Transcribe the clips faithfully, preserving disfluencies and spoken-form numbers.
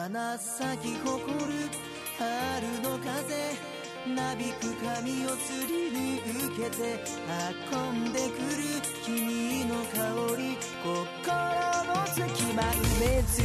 花咲き誇る春の風なびく髪をすり抜けて運んでくる君の香り心の隙間埋め尽く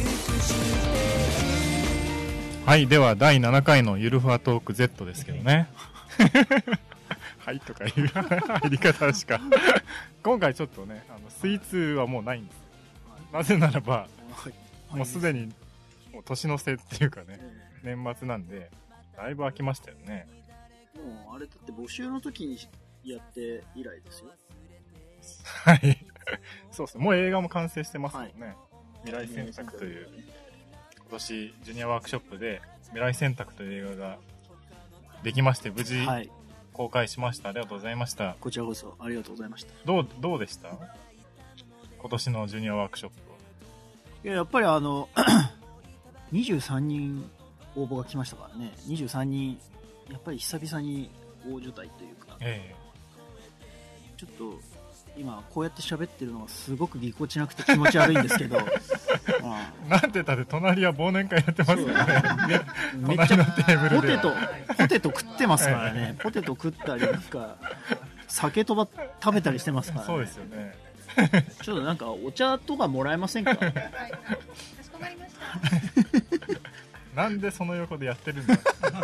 してはい、ではだいななかいのゆるふわトーク Z ですけどねはいとかいう入り方しか今回ちょっとねあのスイーツはもうないんです。なぜならばもうすでにもう年の瀬っていうかね年末なんでだいぶ空きましたよね。 もうあれだって募集の時にやって以来ですよ。 はいそうですね、もう映画も完成してますもんね、はい、未来選択という今年ジュニアワークショップで未来選択という映画ができまして無事公開しました、はい、ありがとうございました。 こちらこそありがとうございました。 どう、どうでした今年のジュニアワークショップは。 いや、やっぱりあのにじゅうさんにん応募が来ましたからね。にじゅうさんにんやっぱり久々に大所帯というか、ええ、ちょっと今こうやって喋ってるのがすごくぎこちなくて気持ち悪いんですけどああなんて言ったって隣は忘年会やってますからねめっちゃテーブルでポテトポテト食ってますからね、ええ、ポテト食ったりなんか酒とば食べたりしてますからね。 そうですよねちょっとなんかお茶とかもらえませんかはい、かしこまりましたなんでその横でやってるんだい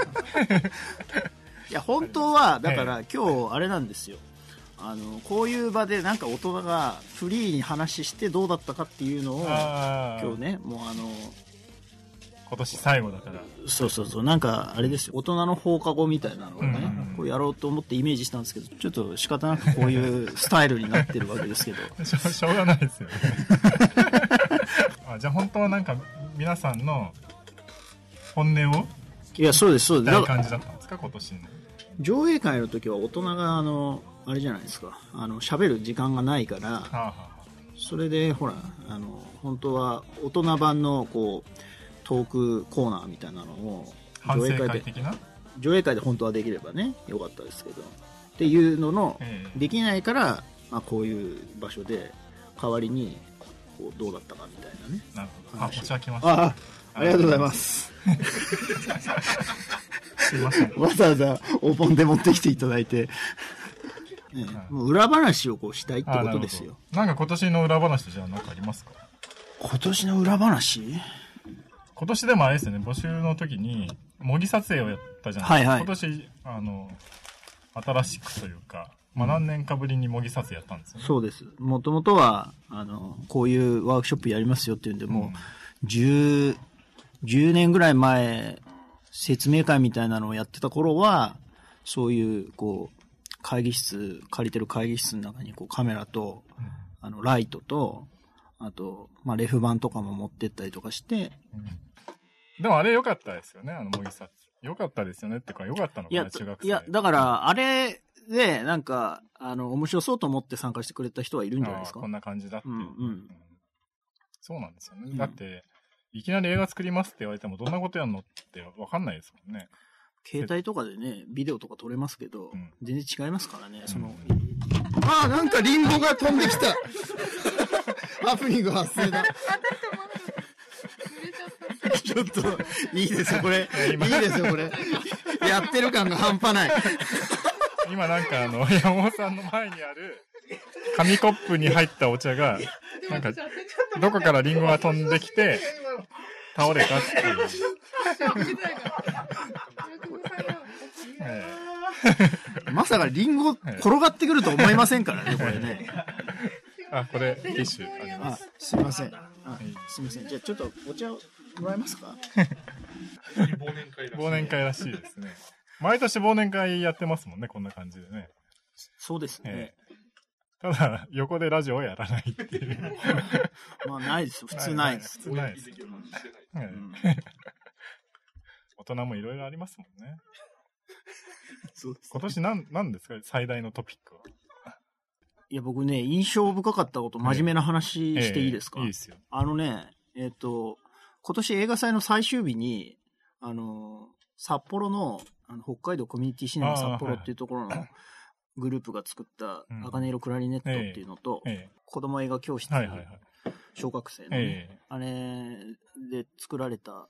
や本当はだから今日あれなんですよ、あのこういう場でなんか大人がフリーに話してどうだったかっていうのを今日ねもうあの今年最後だからそうそうそうなんかあれですよ大人の放課後みたいなのをね、うんうんうん、こうやろうと思ってイメージしたんですけどちょっと仕方なくこういうスタイルになってるわけですけどし, ょしょうがないですよねあじゃあ本当はなんか皆さんの本音をいやそうですそうですどういう感じだったんですか今年の上映会の時は大人があのあれじゃないですかあの喋る時間がないから、はあはあ、それでほらあの本当は大人版のこうトークコーナーみたいなのを上映会で上映会で本当はできればねよかったですけどっていうのの、えー、できないから、まあ、こういう場所で代わりにこうどうだったかみたいなね。 なるほど。あ、お茶来ました。 あありがとうございます。 すいません。 わざわざお盆で持ってきていただいて、ね、もう裏話をこうしたいってことですよ。 な, なんか今年の裏話じゃあ何かありますか？ 今年の裏話？ 今年でもあれですよね、募集の時に模擬撮影をやったじゃないですか。はいはい、今年あの新しくというか、まあ、何年かぶりに模擬撮影やったんですよね。 そうです。もともとはあのこういうワークショップやりますよっていうんで、もう、うん、10, じゅうねんぐらい前説明会みたいなのをやってた頃はそういうこう会議室借りてる会議室の中にこうカメラと、うん、あのライトとあと、まあ、レフ板とかも持ってったりとかして、 うん、でもあれ良かったですよね、あの模擬撮影良かったですよねってか良かったのかな、中学生。 いやだからあれでなんかあの面白そうと思って参加してくれた人はいるんじゃないですか。 こんな感じだって、うんうんうん、 そうなんですよね、うん、だっていきなり映画作りますって言われてもどんなことやんのって分かんないですもんね。 携帯とかでねビデオとか撮れますけど、うん、全然違いますからね、うん、そのああなんかリンゴが飛んできたハプニング発生だちょっといいですよこれいいですよこれやってる感が半端ない今なんかあの山本さんの前にある紙コップに入ったお茶がなんかどこからリンゴが飛んできて倒れたっていうええ、まさかリンゴ転がってくると思いませんからねこれねあこれティッシュあります。 あすいませんあすいませんじゃあちょっとお茶をもらえますか忘年会らしいですね。毎年忘年会やってますもんねこんな感じでね。 そうですね、 えー、ただ横でラジオをやらないっていうまあないです普通ないです、 普通ないです、うん、大人もいろいろありますもんねそうですね。今年なんなんですか最大のトピックは。 いや僕ね印象深かったこと真面目な話していいですか？ えーえー、いいですよ。 あのねえっ、ー、と今年映画祭の最終日にあの札幌のあの北海道コミュニティシネマ札幌っていうところのグループが作った茜色クラリネットっていうのと、うんえー、子供映画教室、はいはいはい、小学生の、ねえー、あれで作られた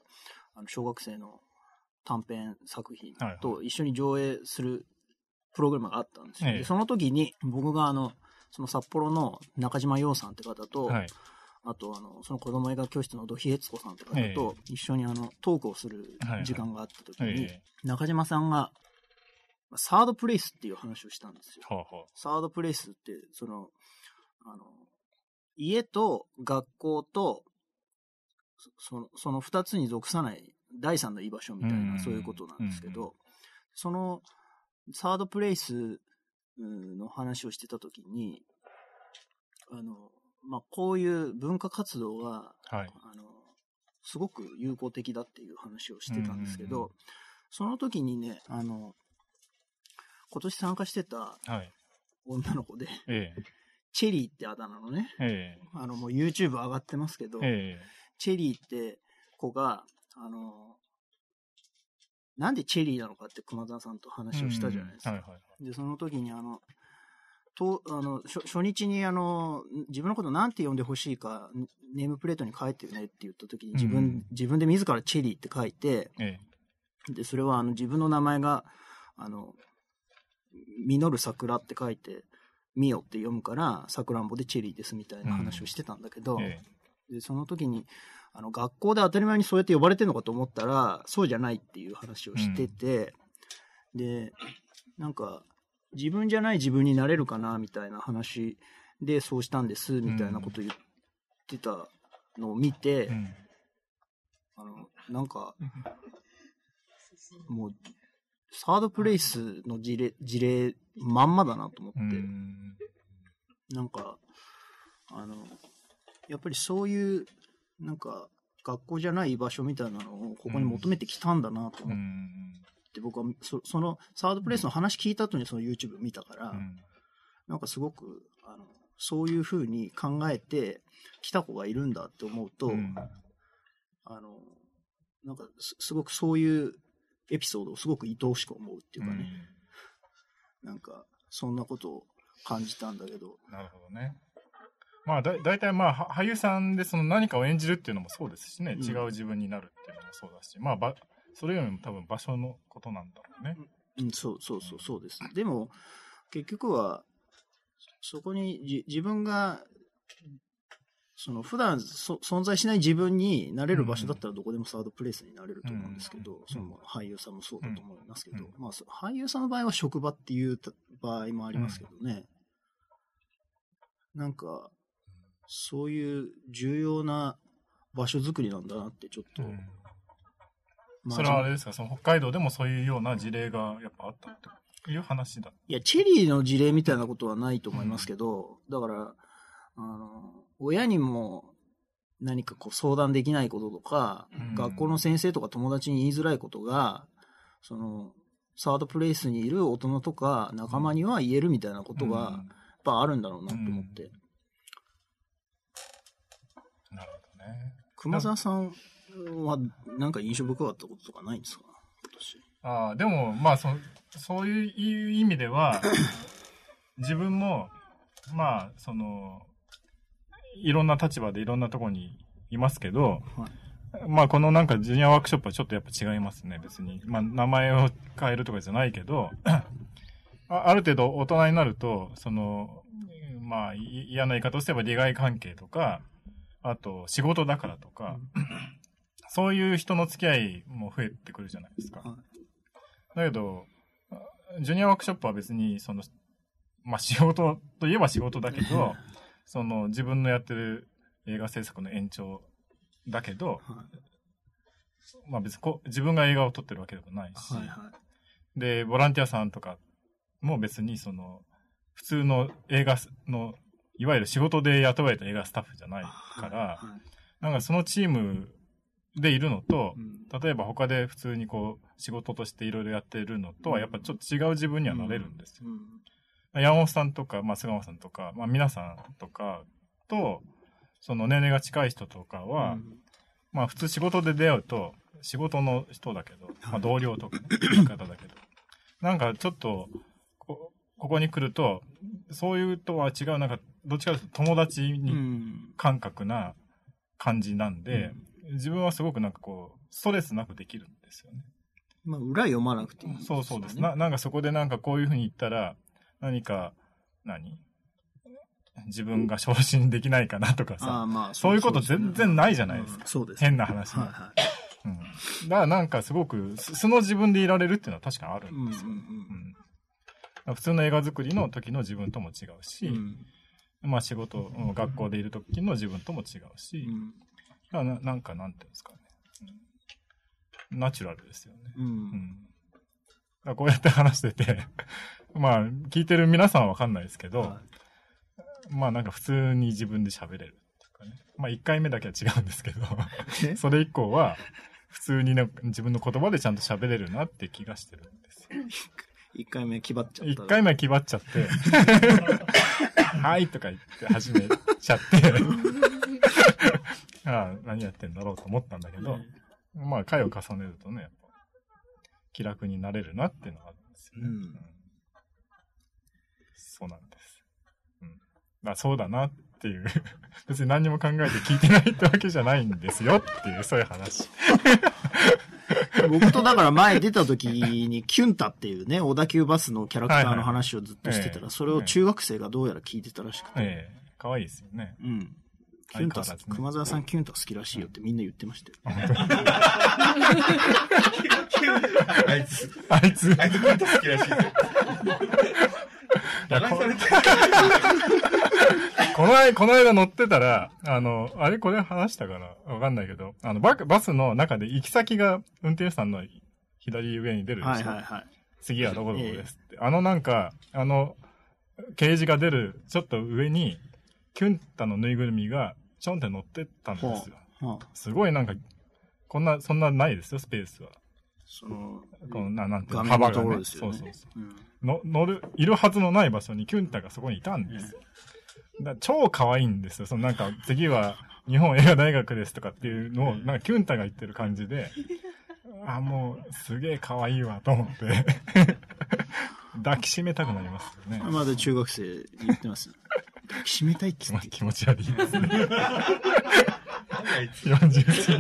あの小学生の短編作品と一緒に上映するプログラムがあったんですよ。はいはい、でその時に僕があのその札幌の中島洋さんって方と、はい、あとあのその子供映画教室の土肥悦子さんって方と一緒にあのトークをする時間があった時に、はいはい、中島さんがサードプレイスっていう話をしたんですよ。はあはあ、サードプレイスってそのあの家と学校とそのその二つに属さない第三の居場所みたいなそういうことなんですけど、そのサードプレイスの話をしてた時にあの、まあ、こういう文化活動が、はい、あのすごく有効的だっていう話をしてたんですけど、その時にねあの今年参加してた女の子で、はいええ、チェリーってあだ名のね、ええ、あのもう YouTube 上がってますけど、ええ、チェリーって子があのなんでチェリーなのかって熊澤さんと話をしたじゃないですか。うんはいはい、でその時にあのとあの 初, 初日にあの自分のことなんて呼んでほしいかネームプレートに書いてるねって言った時に自分、うん、自分で自らチェリーって書いて、ええ、でそれはあの自分の名前があの実る桜って書いてミヨって読むからさくらんぼでチェリーですみたいな話をしてたんだけど、うんええ、でその時にあの学校で当たり前にそうやって呼ばれてるのかと思ったらそうじゃないっていう話をしてて、うん、でなんか自分じゃない自分になれるかなみたいな話でそうしたんですみたいなことを言ってたのを見て、うん、あのなんかもうサードプレイスの事例、事例まんまだなと思って、うん、なんかあのやっぱりそういうなんか学校じゃない居場所みたいなのをここに求めてきたんだなと思って、うん、僕は そ, そのサードプレイスの話聞いた後にその YouTube 見たから、うん、なんかすごくあのそういう風に考えてきた子がいるんだって思うと、うん、あのなんか す, すごくそういうエピソードをすごく愛おしく思うっていうかね、うん、なんかそんなことを感じたんだけど。 なるほどね。まあだだいたいまあ俳優さんでその何かを演じるっていうのもそうですしね、うん、違う自分になるっていうのもそうだし、まあばそれよりも多分場所のことなんだろうね。 うん、そうそうそうそうです。でも結局はそこにじ自分がその普段そ存在しない自分になれる場所だったらどこでもサードプレイスになれると思うんですけど、うん、その俳優さんもそうだと思いますけど、うん、まあ俳優さんの場合は職場っていう場合もありますけどね、うん、なんかそういう重要な場所づくりなんだなってちょっと、うんまあ、それはあれですか、その北海道でもそういうような事例がやっぱあったっていう話だ。 いやチェリーの事例みたいなことはないと思いますけど、うん、だからあの親にも何かこう相談できないこととか、うん、学校の先生とか友達に言いづらいことがそのサードプレイスにいる大人とか仲間には言えるみたいなことがやっぱあるんだろうなと思って、うんうん、なるほどね。 熊澤さんは何か印象深かったこととかないんですか今年。 ああでもまあ そ, そういう意味では自分もまあそのいろんな立場でいろんなところにいますけど、はい、まあこのなんかジュニアワークショップはちょっとやっぱ違いますね別に。まあ名前を変えるとかじゃないけどあ, ある程度大人になるとそのまあ嫌な言い方をすれば利害関係とかあと仕事だからとか、うん、そういう人の付き合いも増えてくるじゃないですか。はい、だけどジュニアワークショップは別にそのまあ仕事といえば仕事だけどその自分のやってる映画制作の延長だけど、はい、まあ別にこ自分が映画を撮ってるわけでもないし、はいはい、でボランティアさんとかも別にその普通の映画のいわゆる仕事で雇われた映画スタッフじゃないから、はいはい、なんかそのチームでいるのと、うん、例えば他で普通にこう仕事としていろいろやってるのとはやっぱちょっと違う自分にはなれるんですよ。うんうん山本さんとか、まあ、菅間さんとか、まあ、皆さんとかと、その年齢が近い人とかは、うん、まあ、普通仕事で出会うと、仕事の人だけど、まあ、同僚とか、ね、言い方だけど、なんかちょっとこ、ここに来ると、そういうとは違う、なんか、どっちかというと友達に感覚な感じなんで、うん、 自分はすごくなんかこう、ストレスなくできるんですよね。 まあ、裏読まなくていいですよね。 そうそうです。な、なんかそこでなんかこういうふうに言ったら、何か、何自分が昇進できないかなとかさ、あまあ、そういうこと全然ないじゃないですか。 そうです、 変な話、はいはい。うん。だからなんかすごく素の自分でいられるっていうのは確かにあるんですよ。うんうんうん、普通の映画作りの時の自分とも違うし、うん、まあ仕事、学校でいる時の自分とも違うし、うん、だから な, なんかなんていうんですかね、うん、ナチュラルですよね。うんうん、だこうやって話してて、まあ聞いてる皆さんはわかんないですけど、はい、まあなんか普通に自分で喋れるっていうかね。まあいっかいめだけは違うんですけど、それ以降は、普通にね、自分の言葉でちゃんと喋れるなって気がしてるんですよ。 一回目気張っちゃった。 一回目は気張っちゃって、はいとか言って始めちゃって、ああ、何やってんだろうと思ったんだけど、まあ回を重ねるとね、やっぱ気楽になれるなっていうのがあるんですよね。うんうん、そうなんです。うん。あ、そうだなっていう。別に何にも考えて聞いてないってわけじゃないんですよっていう、そういう話。 僕とだから前出た時にキュンタっていうね、小田急バスのキャラクターの話をずっとしてたら、はいはい、それを中学生がどうやら聞いてたらしくて。 ええー、かわいいですよね。 うん。キュンタ、ね、熊沢さんキュンタ好きらしいよってみんな言ってましたよ。 あいつ。 あいつ。 あいつキュンタ好きらしい。 いや、ここの間、この間乗ってたら、あの、あれこれ話したかなわかんないけど、あのバ、バスの中で行き先が運転手さんの左上に出るでしょ。はいはいはい。次はどこどこですって。えー、あのなんか、あの、掲示が出るちょっと上に、キュンタのぬいぐるみがちょんって乗ってったんですよ。はあ、すごいなんか、こんな、そんなないですよ、スペースは。 その、 このななんていうの、幅がね。そうそうそう。うんの乗る、いるはずのない場所にキュンタがそこにいたんですよ。だ超可愛いんですよ。そのなんか、次は日本映画大学ですとかっていうのを、なんかキュンタが言ってる感じで、あ、もう、すげえ可愛いわと思って、抱きしめたくなりますよね。 まだ中学生言ってます。抱きしめたいって言って。 気持ち悪いですね。よんじゅう過ぎ。 キュ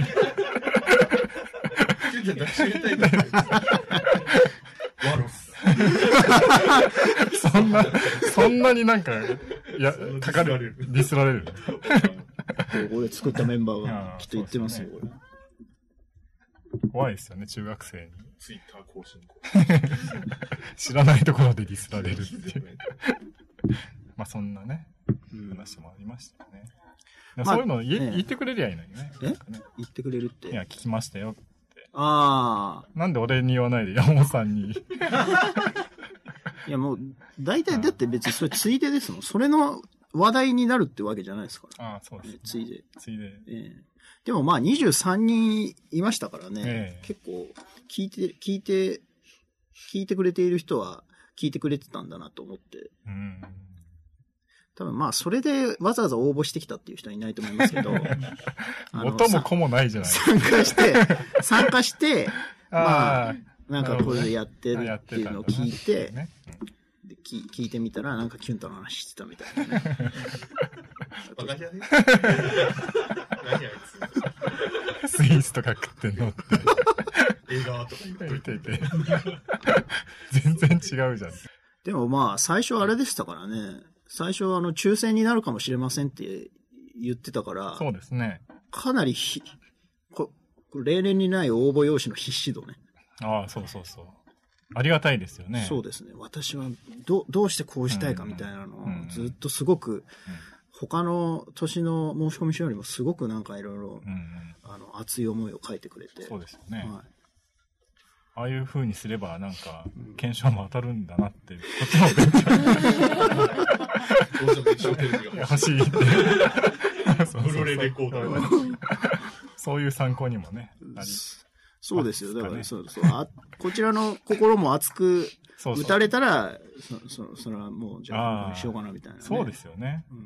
ンタ抱きしめたいって。ワロス。 そんな、そんなになんか、いや、かかる、ディスられる。 俺作ったメンバーがきっと言ってますよ。すね、 怖いですよね、中学生に。 ツイッター更新。 知らないところでディスられるっていう。まあそんなね、話もありましたね。まあ、そういうの言、ね、言ってくれりゃいいのにね。 え、ね、言ってくれるって。 いや、聞きましたよ。 ああ。 なんで俺に言わないで山本さんに。 いやもう、大体だって別にそれついでですもん。それの話題になるってわけじゃないですから。 ああ、そうです、ね。 ついで。 ついで。 ええ。でもまあにじゅうさんにんいましたからね。ええ、結構、聞いて、聞いて、聞いてくれている人は聞いてくれてたんだなと思って。うん。多分まあそれでわざわざ応募してきたっていう人はいないと思いますけど。 音も子もないじゃないですか。参加して、参加して、まあ、なんかこれでやってるっていうのを聞いて、ね、で聞, 聞いてみたらなんかキュンタの話してたみたいな、ね。 バカじゃね何あいつ。スイーツとか食ってんのって。 映画とか言っていて。 全然違うじゃん。 でもまあ最初あれでしたからね。最初はあの抽選になるかもしれませんって言ってたから。 そうですね。 かなりひ、こ例年にない応募用紙の必死度ね。 ああ、そうそうそう。ありがたいですよね。 そうですね。私はど、どうしてこうしたいかみたいなのをずっとすごく、他の年の申し込み書よりもすごくなんかいろいろ、あの、熱い思いを書いてくれて。 そうですよね。 はい、 ああいう風にすればなんか、検証も当たるんだなって、こっちも勉強。 どうしても一生懸命欲しいって。 ブルーレイレコーダー。 そういう参考にもね。 そうですよ。だからそうそうあ、こちらの心も熱く打たれたら、そそそれはもうじゃあしようかなみたいな、ね。 そうですよね、うんうん。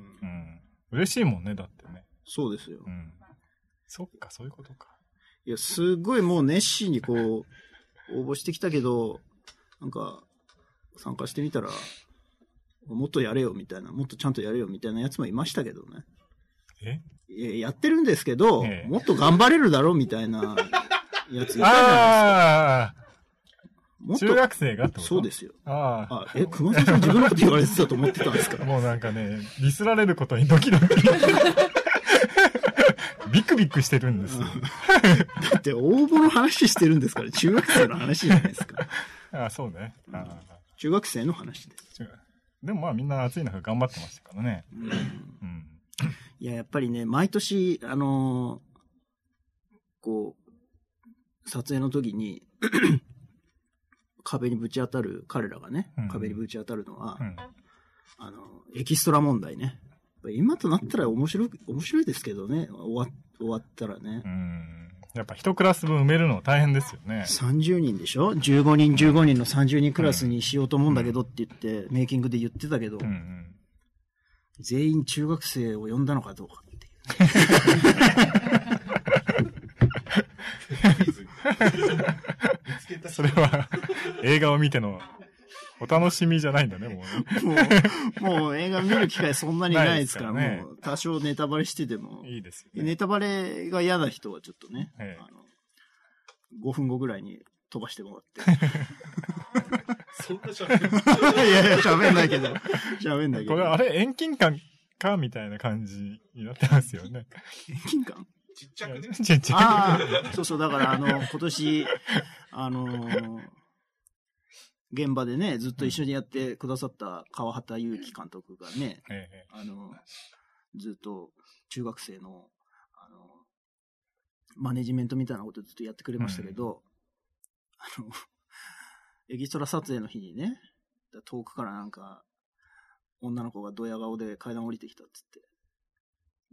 嬉しいもんね、だってね。 そうですよ。 うん、そっか、そういうことか。 いや、すごいもう熱心にこう、応募してきたけど、なんか、参加してみたら、もっとやれよみたいな、もっとちゃんとやれよみたいなやつもいましたけどね。 えやってるんですけど、ええ、もっと頑張れるだろみたいなやついたじゃないですか。ああ。 中学生がってことそうですよ。 ああ。 あ、え、熊沢さん自分のこと言われてたと思ってたんですか？ もうなんかね、ディスられることにドキドキ。ビクビクしてるんですよ。 だって応募の話してるんですから、中学生の話じゃないですか。 ああ、そうね。ああ中学生の話です。 でもまあみんな暑い中頑張ってましたからね。うん。うん、 いや、やっぱりね、毎年、あのー、こう、撮影の時に、壁にぶち当たる、彼らがね、うん、壁にぶち当たるのは、うん、あの、エキストラ問題ね。今となったら面白い、面白いですけどね、終わ、終わったらね。 うん。やっぱ一クラス分埋めるの大変ですよね。 さんじゅうにんでしょ ?じゅうごにん、じゅうごにんのさんじゅうにんクラスにしようと思うんだけどって言って、うん、メイキングで言ってたけど、うんうん、全員中学生を呼んだのかどうかっていう。 それは映画を見てのお楽しみじゃないんだね、もう、ね。 もう、もう映画見る機会そんなにないですから、ね、もう多少ネタバレしてても。 いいですよね。 ネタバレが嫌な人はちょっとね、ええ、あのごふんごぐらいに飛ばしてもらって。 そんな喋んない。 いやいや、喋んないけど。喋んないけど。 これ、あれ、遠近感かみたいな感じになってますよね。 遠近感ちっちゃくね。 ちっちゃく。 ああ、そうそう、だからあの、今年、あのー、現場でね、ずっと一緒にやってくださった川畑祐希監督がね、ええ、あの、ずっと中学生の、あの、マネジメントみたいなことずっとやってくれましたけど、うん、あの、エキストラ撮影の日にね、遠くからなんか、女の子がドヤ顔で階段降りてきたっつって。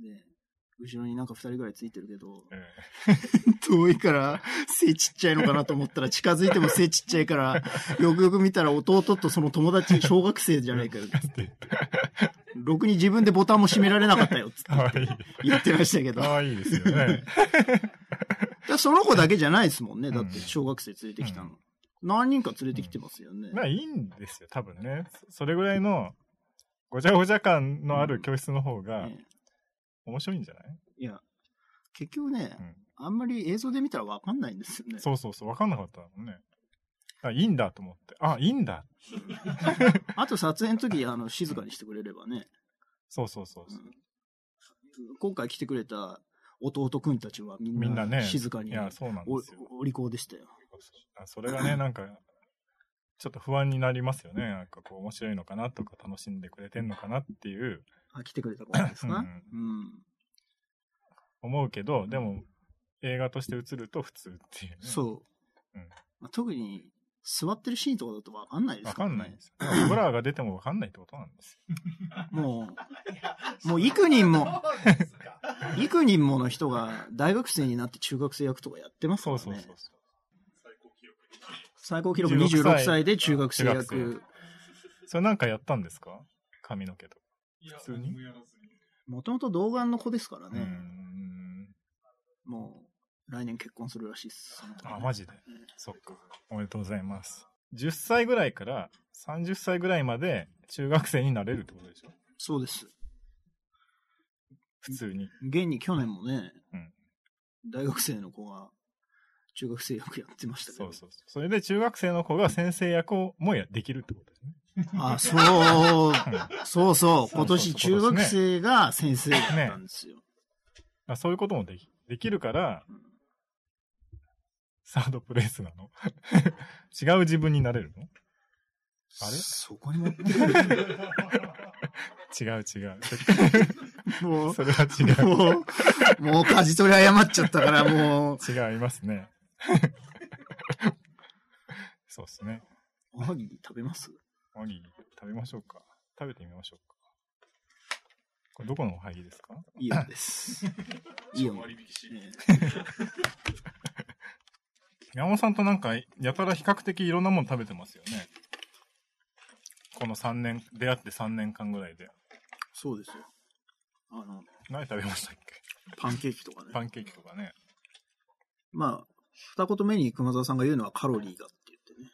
で、後ろになんか二人ぐらいついてるけど、ええ、遠いから背ちっちゃいのかなと思ったら近づいても背ちっちゃいから、よくよく見たら弟とその友達、小学生じゃないかよって。ろくに自分でボタンも閉められなかったよっつって言ってましたけど。 かわいいですよね。 その子だけじゃないですもんね。だって小学生連れてきたの。うん、何人か連れてきてますよね。 うん、まあいいんですよ、多分ね。それぐらいのごちゃごちゃ感のある教室の方が、ね、面白いんじゃない？ いや、結局ね、うん、あんまり映像で見たら分かんないんですよね。 そうそうそう、分かんなかったもんね。あ、いいんだと思って。あ、いいんだ。 あと撮影の時、あの、静かにしてくれればね。 そうそうそうそう、うん。 今回来てくれた弟くんたちはみんな静かに、 みんなね、いや、そうなんですよ。 お利口でしたよ。 それがね、なんか、ちょっと不安になりますよね。なんかこう、面白いのかなとか、楽しんでくれてんのかなっていう。 あ、来てくれた子ですか、うん、うん。 思うけど、でも、映画として映ると普通っていう、ね。 そう。うんまあ、特に、座ってるシーンとかだと分かんないですからね。 分かんないです。ホラーが出ても分かんないってことなんですよ。もう、もう幾人も、幾人もの人が大学生になって中学生役とかやってますからね。そうそうそうそう。最高記録にじゅうろくさいで中学生役。 それなんかやったんですか？髪の毛とか。普通に？ もともと童顔の子ですからね。うんもう、来年結婚するらしいです。 あ、マジで、ね、そっか。おめでとうございます。じゅっさいぐらいからさんじゅっさいぐらいまで中学生になれるってことでしょ？ そうです。 普通に。 現に去年もね、うん、大学生の子が中学生役やってましたけど。 そうそうそう。それで中学生の子が先生役をもやできるってことですね。 あ、そう、うん、そうそう。今年中学生が先生だったんですよ。ね、 あそういうこともでき、できるから、うん、サードプレイスなの違う自分になれるの？あれそこに持ってくる違う違う。 もう、 それは違う。 もう、もう舵取り謝っちゃったからもう。 違いますね。そうですね。 おはぎ食べます？ おはぎ食べましょうか。食べてみましょうか。これどこのおはぎですか？ イオンです。イオン。 山本さんとなんかやたら比較的いろんなもの食べてますよね。このさんねん、出会ってさんねんかんぐらいで。 そうですよ。あの、 何食べましたっけ？ パンケーキとかね。 パンケーキとかね。 まあ、二言目に熊沢さんが言うのはカロリーがって言ってね。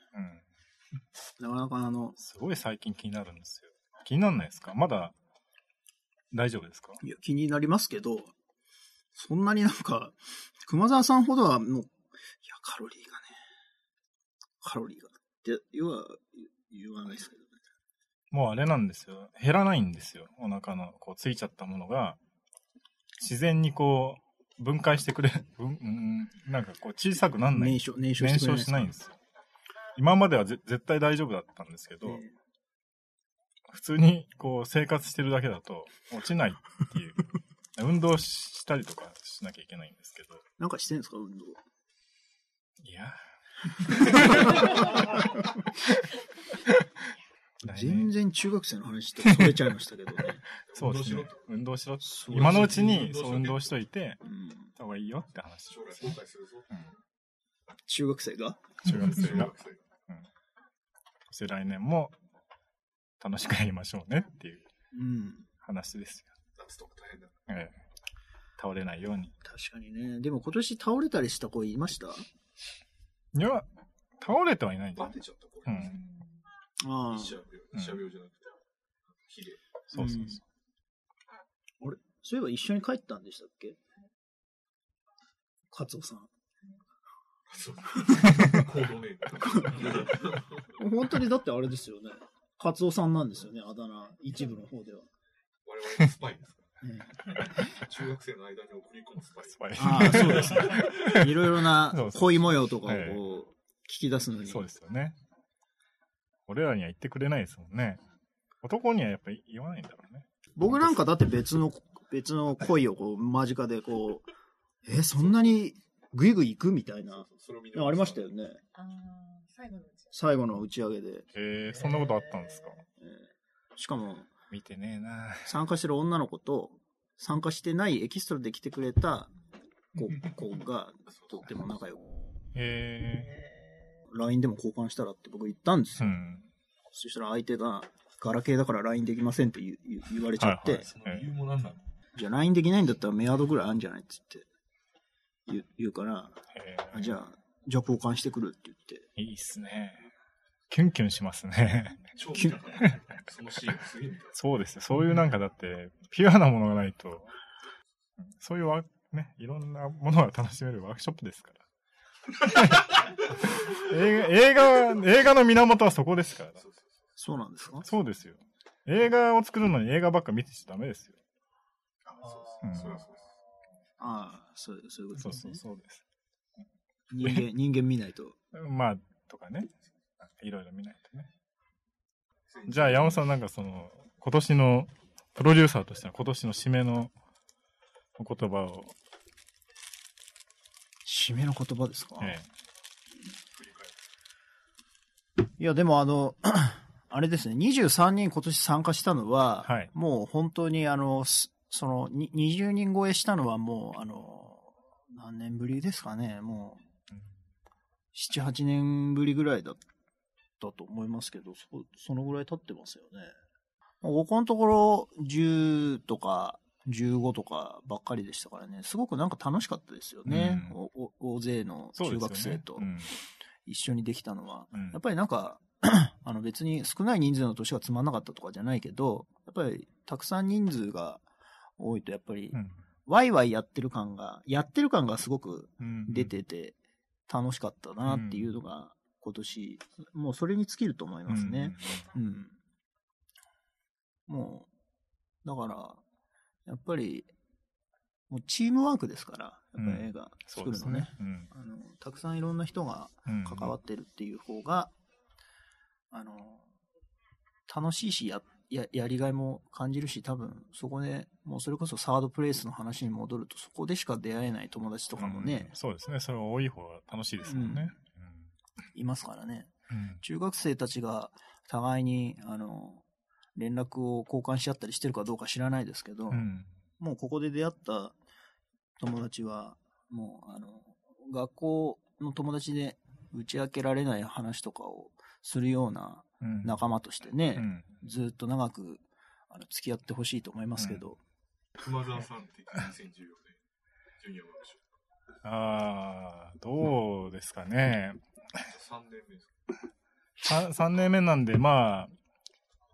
うん。なかなかあの。 すごい最近気になるんですよ。気にならないですか？まだ、 大丈夫ですか？ いや、気になりますけど、そんなになんか、熊沢さんほどはもう、いや、カロリーがね、カロリーがって言わ、言わないですけどね。 もうあれなんですよ。減らないんですよ。お腹のこうついちゃったものが、自然にこう、分解してくれ、分うん、なんかこう小さくなんない。 燃焼、燃焼してくれない。 燃焼しないんですよ。今まではぜ絶対大丈夫だったんですけど、えー、普通にこう生活してるだけだと落ちないっていう。運動したりとかしなきゃいけないんですけど。 なんかしてんですか、運動。 いや。 全然中学生の話とそれちゃいましたけどね。 そうですね。運動しろ。今のうちにそう運動しといて、うん、た方がいいよって話。 将来後悔するぞ。うん、 中学生が中学生が。うん。そして来年も楽しくやりましょうねっていう話ですよ。 夏とか大変だ。 ええ。倒れないように。 確かにね。でも今年倒れたりした子いました？ いや、倒れてはいないんだよ。バテちゃった子。 うん。 ああ。 医者病じゃなくて、ヒデ。 そうそうそう。 あれ、そういえば一緒に帰ったんでしたっけ？カツオさん。 そう。コードネーム。 本当にだってあれですよね。カツオさんなんですよね、あだ名、一部の方では。 我々のスパイですから、ね。中学生の間に送り込むスパイ。スパイ。 ああ、そうですね。いろいろな恋模様とかをこう聞き出すのに。 そうですよね。俺らには言ってくれないですもんね。男にはやっぱり言わないんだろうね。 僕なんかだって別の、別の恋をこう間近でこう、え、そんなにグイグイ行くみたいな。ありましたよね。あ最後の最後の打ち上げで。 えー、そんなことあったんですか？ えー、しかも、 見てねえな。 参加してる女の子と、参加してないエキストラで来てくれた子, 子がとっても仲良く。 へー。ライン でも交換したらって僕言ったんですよ。うん、そしたら相手が、ガラケーだから ライン できませんって言, 言われちゃって、はいはい、 その理由も何なの？ じゃあ ライン できないんだったらメアドぐらいあるんじゃないって言って言う、言うから、あじゃあ、じゃあ交換してくるって言って。 いいっすね。キュンキュンしますね。 キュンそのシーンすげえ。 そうですよ。そういうなんかだって、ピュアなものがないと、そういうわ、ね、いろんなものが楽しめるワークショップですから。映画、映画、映画の源はそこですから。 そうなんですか？ そうですよ。映画を作るのに映画ばっか見てちゃダメですよ。 ああ、そう、そういうことですね。 そうそう、そうです。 人間、人間見ないと。 まあ、とかね。いろいろ見ないとね。じゃあ、山本さんなんかその、今年の、プロデューサーとしては今年の締めの言葉を。 締めの言葉ですか？ ええ。いや、でもあの、あれですね、にじゅうさんにん今年参加したのは、はい、もう本当にあの、その、にじゅうにん超えしたのはもう、あの、何年ぶりですかね、もう、なな、はちねんぶりぐらいだったと思いますけど、そ, そのぐらい経ってますよね。僕のところじゅうとかじゅうごとかばっかりでしたからね、すごくなんか楽しかったですよね。うん、おお大勢の中学生と一緒にできたのは。うん、やっぱりなんか、あの別に少ない人数の年がつまんなかったとかじゃないけど、やっぱりたくさん人数が多いとやっぱり、うん、ワイワイやってる感が、やってる感がすごく出てて楽しかったなっていうのが今年、もうそれに尽きると思いますね。うん。うん、もう、だから、やっぱり、もうチームワークですから、やっぱり映画作るのね。うんねうん、あのたくさんいろんな人が関わってるっていう方が、あの、楽しいしや、や、やりがいも感じるし、多分そこでもうそれこそサードプレイスの話に戻ると、そこでしか出会えない友達とかもね、 うん、そうですね、それは多い方が楽しいですもんね、 うん、いますからね、うん、中学生たちが互いにあの連絡を交換し合ったりしてるかどうか知らないですけど、うん、もうここで出会った友達はもうあの学校の友達で打ち明けられない話とかをするような仲間としてね、うん、ずっと長くあの付き合ってほしいと思いますけど、うん、 熊沢さんってにせんじゅうよねんジュニアワークショップ、 ああどうですかね。 さんねんめですか。 3, 3年目なんでまあ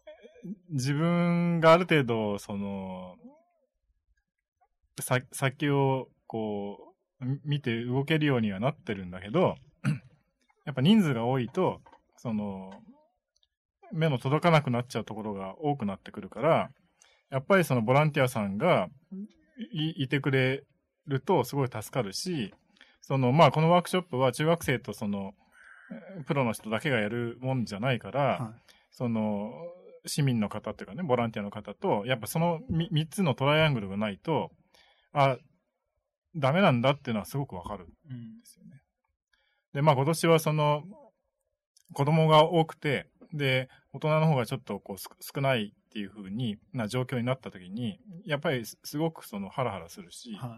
自分がある程度、その、さ先をこう、見て動けるようにはなってるんだけど、やっぱ人数が多いと、その、目の届かなくなっちゃうところが多くなってくるから、やっぱりそのボランティアさんが い, いてくれるとすごい助かるし、その、まあこのワークショップは中学生とその、プロの人だけがやるもんじゃないから、はい、その、市民の方っていうかね、ボランティアの方と、やっぱその 3, 3つのトライアングルがないと、あ、ダメなんだっていうのはすごくわかるんですよね。うん、で、まあ今年はその、子供が多くて、で、大人の方がちょっとこう少ないっていう風にな状況になった時に、やっぱりすごくそのハラハラするし、はい、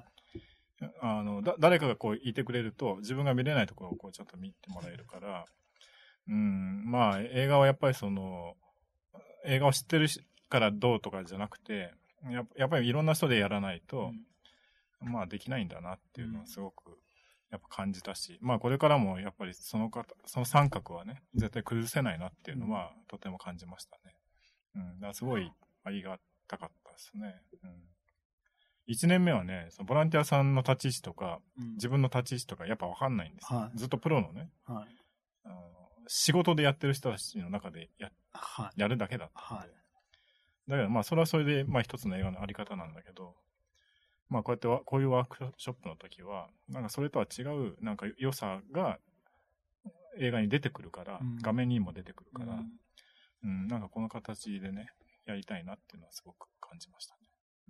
あのだ誰かがこういてくれると自分が見れないところをこうちょっと見てもらえるから、うん、まあ映画はやっぱりその映画を知ってるからどうとかじゃなくて、や, やっぱりいろんな人でやらないと、うん、まあできないんだなっていうのはすごくやっぱ感じたし、まあこれからもやっぱりその方、その三角はね、絶対崩せないなっていうのはとても感じましたね。うん、だからすごいありがたかったですね。うん。一年目はね、そのボランティアさんの立ち位置とか、うん、自分の立ち位置とかやっぱ分かんないんですよ。はい、ずっとプロのね、はい、あの、仕事でやってる人たちの中で や,、はい、やるだけだったんで、はい。だからまあそれはそれでまあ一つの映画のあり方なんだけど、まあこうやってこういうワークショップの時は、なんかそれとは違うなんか良さが映画に出てくるから、うん、画面にも出てくるから、うんうん、なんかこの形でね、やりたいなっていうのはすごく感じましたね。うん、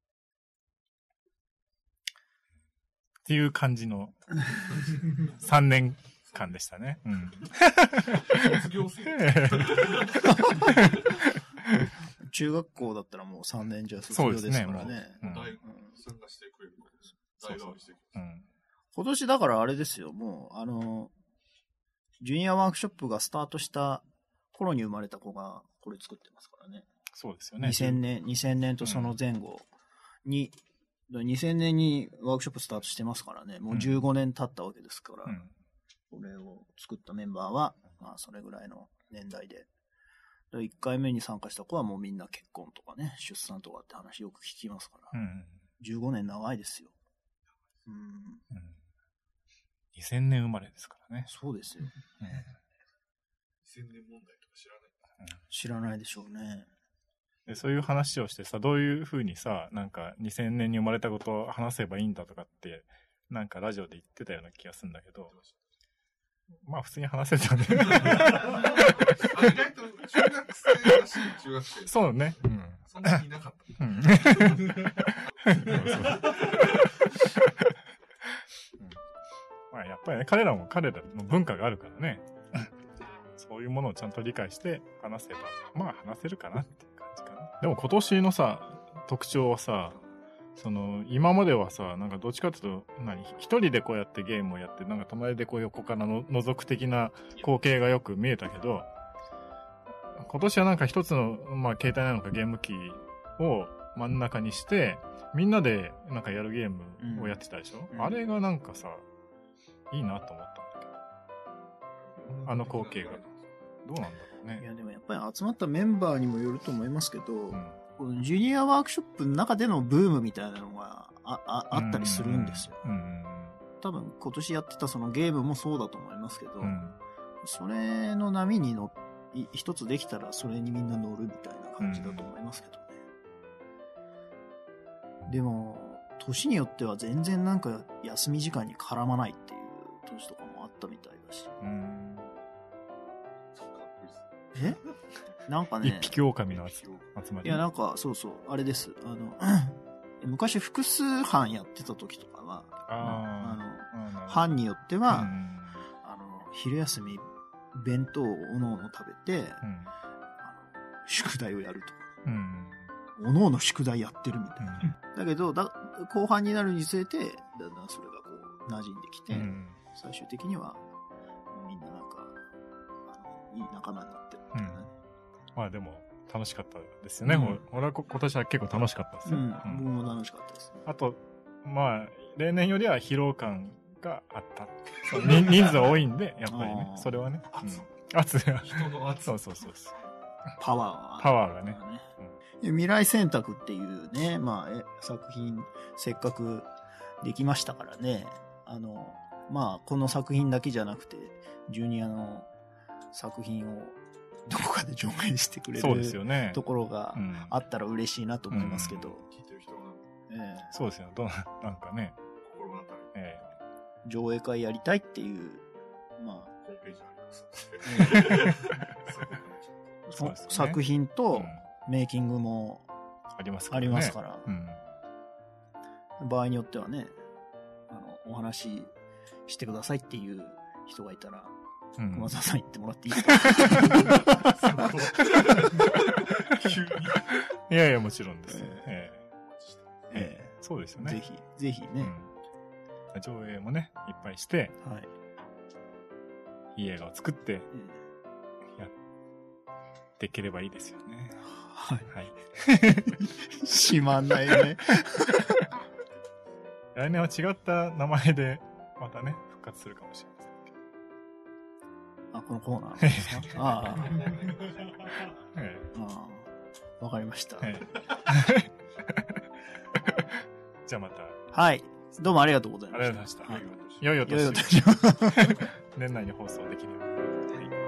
っていう感じのさんねんかんでしたね。うん、 卒業生中学校だったらもうさんねんじゃ卒業ですからね。 大学参加してくれることです。大学にしてくれる。 今年だからあれですよ、もう、あの、ジュニアワークショップがスタートした頃に生まれた子がこれ作ってますからね。 そうですよね。 にせんねん、にせんねんとその前後に、うん、にせんねんにワークショップスタートしてますからね、もうじゅうごねん経ったわけですから、うん、これを作ったメンバーは、まあそれぐらいの年代で。いっかいめに参加した子はもうみんな結婚とかね、出産とかって話よく聞きますから、うん、じゅうごねん長いですよ。うんうん、 にせんねん生まれですからね。 そうですよ。うん、にせんねん問題とか知らない、 うん、知らないでしょうね。 でそういう話をしてさ、どういうふうにさ、なんかにせんねんに生まれたことを話せばいいんだとかって、なんかラジオで言ってたような気がするんだけど、まあ普通に話せたね。意外と中学生らしい中学生。 そうね。うん。 そんなにいなかった。うん。 まあやっぱりね、彼らも彼らの文化があるからね。そういうものをちゃんと理解して話せば、まあ話せるかなっていう感じかな。でも今年のさ、特徴はさ、その今まではさ、なんかどっちかっていうと何一人でこうやってゲームをやって、なんか隣でこう横からの覗く的な光景がよく見えたけど、今年はなんか一つの、まあ携帯なのかゲーム機を真ん中にしてみんなでなんかやるゲームをやってたでしょ、うん、あれがなんかさいいなと思ったんだけど、あの光景がどうなんだろうね。 いやでもやっぱり集まったメンバーにもよると思いますけど、うん、ジュニアワークショップの中でのブームみたいなのが あ, あ, あったりするんですよ、うんうん、多分今年やってたそのゲームもそうだと思いますけど、うん、それの波に乗一つできたらそれにみんな乗るみたいな感じだと思いますけどね、うん、でも年によっては全然なんか休み時間に絡まないっていう年とかもあったみたいだし、うん、えなんかね、 一匹狼の集まり。 いや、なんか、そうそう、あれです。あの、昔複数班やってた時とかは、ああの、班によっては、うん、あの、昼休み、弁当をおのおの食べて、うん、あの宿題をやるとか、うん、おのおの宿題やってるみたいな。うん、だけどだ、後半になるにつれて、だんだんそれがこう、馴染んできて、うん、最終的には、みんななんか、あのいい仲間になってるみたいなね。うんまあでも楽しかったですよね。うん、俺は今年は結構楽しかったですよ。うん、 僕も楽しかったです、ね。 あとまあ例年よりは疲労感があった。人数多いんでやっぱりね。それはね。圧、うん、圧が人の圧。 そうそうそうそう。 パワー。 パワーがね。 うん、未来選択っていうね、まあ、え作品、せっかくできましたからね。あの、まあ、この作品だけじゃなくて、ジュニアの作品をどこかで上映してくれそうですよるねところがあったら嬉しいなと思いますけど。 聞いてる人が、 ええ、 そうですよ。どうなんかね。 心当たり。 ええ、 上映会やりたいっていう、まあ、 ホームページあります。 そうですね、 作品とメイキングもありますありますから、 うん、 場合によってはね、あのお話ししてくださいっていう人がいたら、うん、熊沢さん言ってもらっていいですか？ 急にいやいや、もちろんです。 えーえーえー、 そうですよね。 ぜひ、ぜひね、 うん。上映もね、いっぱいして、 はい、 いい映画を作って、やっていければいいですよね。 はい。 はい。 しまんないね。 来年は違った名前で、またね、復活するかもしれませんけど。 あ、このコーナーですか？ああ。 ええ、 ああ。わかりました。 ええ、じゃあまた。 はい。どうもありがとうございました。 ありがとうございました。 はい、 良いお年を。年内に放送できれば。はい。